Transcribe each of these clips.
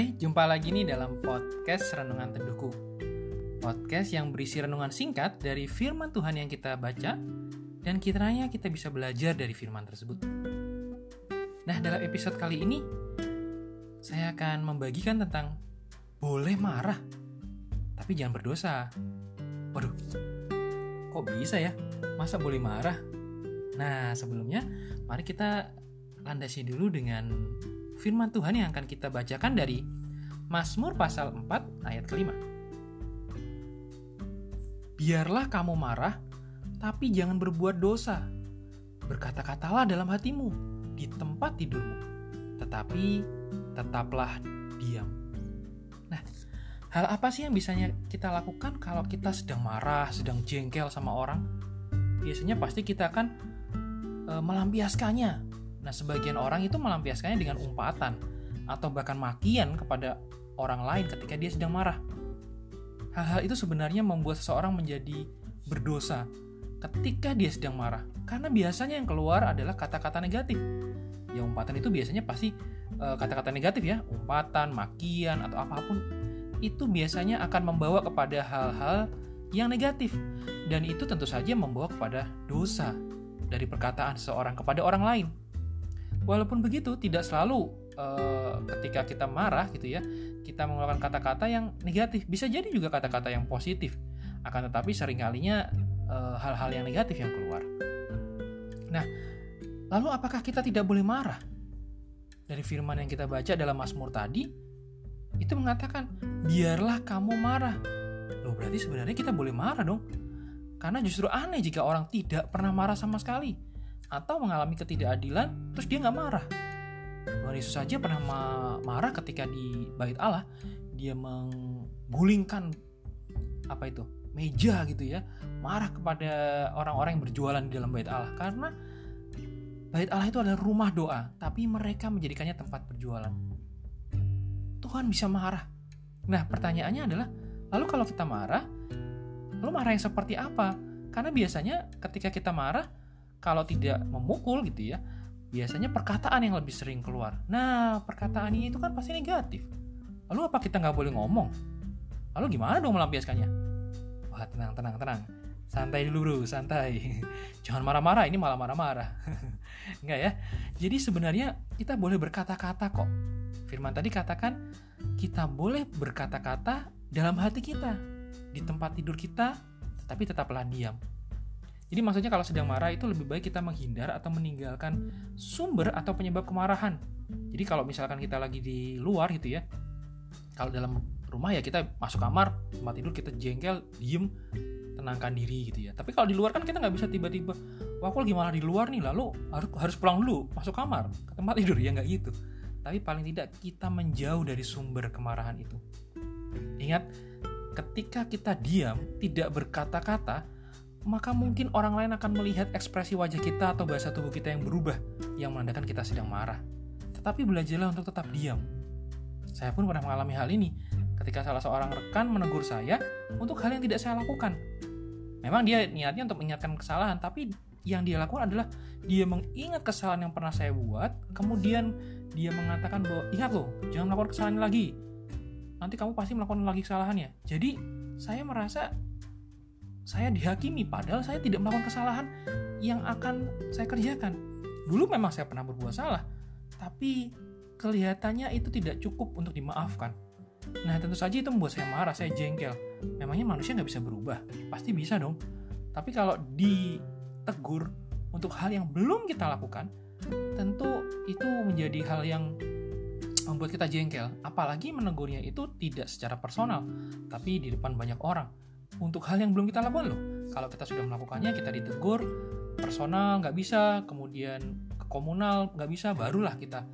Hai, jumpa lagi nih dalam podcast Renungan Teduhku. Podcast yang berisi renungan singkat dari firman Tuhan yang kita baca, dan kiranya kita bisa belajar dari firman tersebut. Nah, dalam episode kali ini, saya akan membagikan tentang boleh marah, tapi jangan berdosa. Waduh, kok bisa ya? Masa boleh marah? Nah, sebelumnya, mari kita landasi dulu dengan firman Tuhan yang akan kita bacakan dari Mazmur pasal 4 ayat ke-5. Biarlah kamu marah, tapi jangan berbuat dosa. Berkata-katalah dalam hatimu, di tempat tidurmu, tetapi tetaplah diam. Nah, hal apa sih yang bisanya kita lakukan kalau kita sedang marah, sedang jengkel sama orang? Biasanya pasti kita akan melampiaskannya. Nah, sebagian orang itu melampiaskannya dengan umpatan atau bahkan makian kepada orang lain ketika dia sedang marah. Hal-hal itu sebenarnya membuat seseorang menjadi berdosa ketika dia sedang marah, karena biasanya yang keluar adalah kata-kata negatif. Ya, umpatan itu biasanya pasti kata-kata negatif ya, umpatan, makian, atau apapun. Itu biasanya akan membawa kepada hal-hal yang negatif, dan itu tentu saja membawa kepada dosa dari perkataan seseorang kepada orang lain. Walaupun begitu, tidak selalu ketika kita marah gitu ya, kita mengeluarkan kata-kata yang negatif. Bisa jadi juga kata-kata yang positif. Akan tetapi seringkalinya hal-hal yang negatif yang keluar. Nah, lalu apakah kita tidak boleh marah? Dari firman yang kita baca dalam Mazmur tadi, itu mengatakan, biarlah kamu marah. Loh, berarti sebenarnya kita boleh marah dong. Karena justru aneh jika orang tidak pernah marah sama sekali, atau mengalami ketidakadilan, terus dia nggak marah. Tuhan Yesus saja pernah marah ketika di Bait Allah, dia menggulingkan meja gitu ya, marah kepada orang-orang yang berjualan di dalam Bait Allah, karena Bait Allah itu adalah rumah doa, tapi mereka menjadikannya tempat berjualan. Tuhan bisa marah. Nah, pertanyaannya adalah, lalu kalau kita marah, lalu marah yang seperti apa? Karena biasanya ketika kita marah, kalau tidak memukul gitu ya, biasanya perkataan yang lebih sering keluar. Nah, perkataan ini itu kan pasti negatif. Lalu apa kita nggak boleh ngomong? Lalu gimana dong melampiaskannya? Wah, tenang. Santai dulu bro, santai. Jangan marah-marah, ini malah marah-marah. Enggak ya? Jadi sebenarnya kita boleh berkata-kata kok. Firman tadi katakan, kita boleh berkata-kata dalam hati kita, di tempat tidur kita, tetapi tetaplah diam. Jadi maksudnya kalau sedang marah itu lebih baik kita menghindar atau meninggalkan sumber atau penyebab kemarahan. Jadi kalau misalkan kita lagi di luar gitu ya, kalau dalam rumah ya kita masuk kamar, tempat tidur kita jengkel, diem, tenangkan diri gitu ya. Tapi kalau di luar kan kita nggak bisa tiba-tiba, wah aku lagi marah di luar nih, lalu harus pulang dulu, masuk kamar, ke tempat tidur, ya nggak gitu. Tapi paling tidak kita menjauh dari sumber kemarahan itu. Ingat, ketika kita diam, tidak berkata-kata, maka mungkin orang lain akan melihat ekspresi wajah kita atau bahasa tubuh kita yang berubah, yang menandakan kita sedang marah. Tetapi belajarlah untuk tetap diam. Saya pun pernah mengalami hal ini ketika salah seorang rekan menegur saya untuk hal yang tidak saya lakukan. Memang dia niatnya untuk mengingatkan kesalahan, tapi yang dia lakukan adalah dia mengingat kesalahan yang pernah saya buat, kemudian dia mengatakan bahwa, ingat loh, jangan melakukan kesalahan lagi. Nanti kamu pasti melakukan lagi kesalahannya. Jadi saya merasa saya dihakimi, padahal saya tidak melakukan kesalahan yang akan saya kerjakan. Dulu memang saya pernah berbuat salah, tapi kelihatannya itu tidak cukup untuk dimaafkan. Nah, tentu saja itu membuat saya marah, saya jengkel. Memangnya manusia nggak bisa berubah? Pasti bisa dong. Tapi kalau ditegur untuk hal yang belum kita lakukan, tentu itu menjadi hal yang membuat kita jengkel. Apalagi menegurnya itu tidak secara personal, tapi di depan banyak orang. Untuk hal yang belum kita lakukan loh. Kalau kita sudah melakukannya, kita ditegur, personal nggak bisa, kemudian ke komunal nggak bisa, barulah kita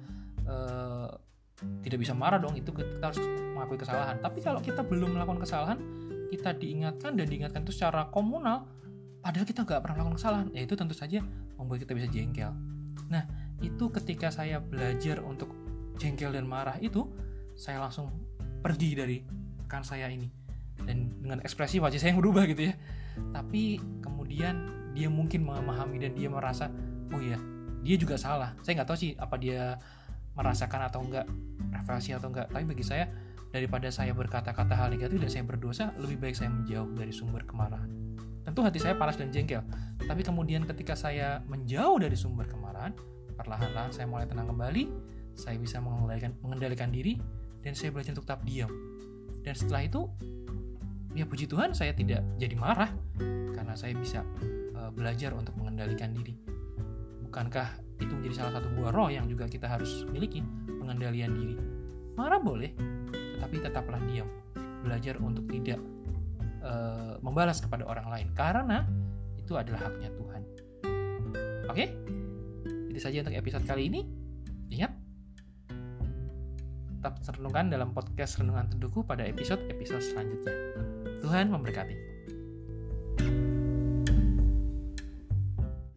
tidak bisa marah dong. Itu kita harus mengakui kesalahan. Tapi kalau kita belum melakukan kesalahan, kita diingatkan itu secara komunal, padahal kita nggak pernah melakukan kesalahan, ya itu tentu saja membuat kita bisa jengkel. Nah, itu ketika saya belajar untuk jengkel dan marah itu, saya langsung pergi dari rekan saya ini. Dan dengan ekspresi wajah saya yang berubah gitu ya. Tapi kemudian dia mungkin memahami dan dia merasa, oh iya, dia juga salah. Saya nggak tahu sih apa dia merasakan atau enggak, refleksi atau enggak. Tapi bagi saya, daripada saya berkata-kata hal negatif dan saya berdosa, lebih baik saya menjauh dari sumber kemarahan. Tentu hati saya panas dan jengkel, tapi kemudian ketika saya menjauh dari sumber kemarahan, perlahan-lahan saya mulai tenang kembali, saya bisa mengendalikan diri, dan saya belajar untuk tetap diam. Dan setelah itu, ya puji Tuhan saya tidak jadi marah, karena saya bisa belajar untuk mengendalikan diri. Bukankah itu menjadi salah satu buah roh yang juga kita harus miliki, pengendalian diri? Marah boleh, tetapi tetaplah diam. Belajar untuk tidak membalas kepada orang lain, karena itu adalah haknya Tuhan. Oke? Itu saja untuk episode kali ini. Ingat, tetap renungkan dalam podcast Renungan Teduhku pada episode selanjutnya. Tuhan memberkati.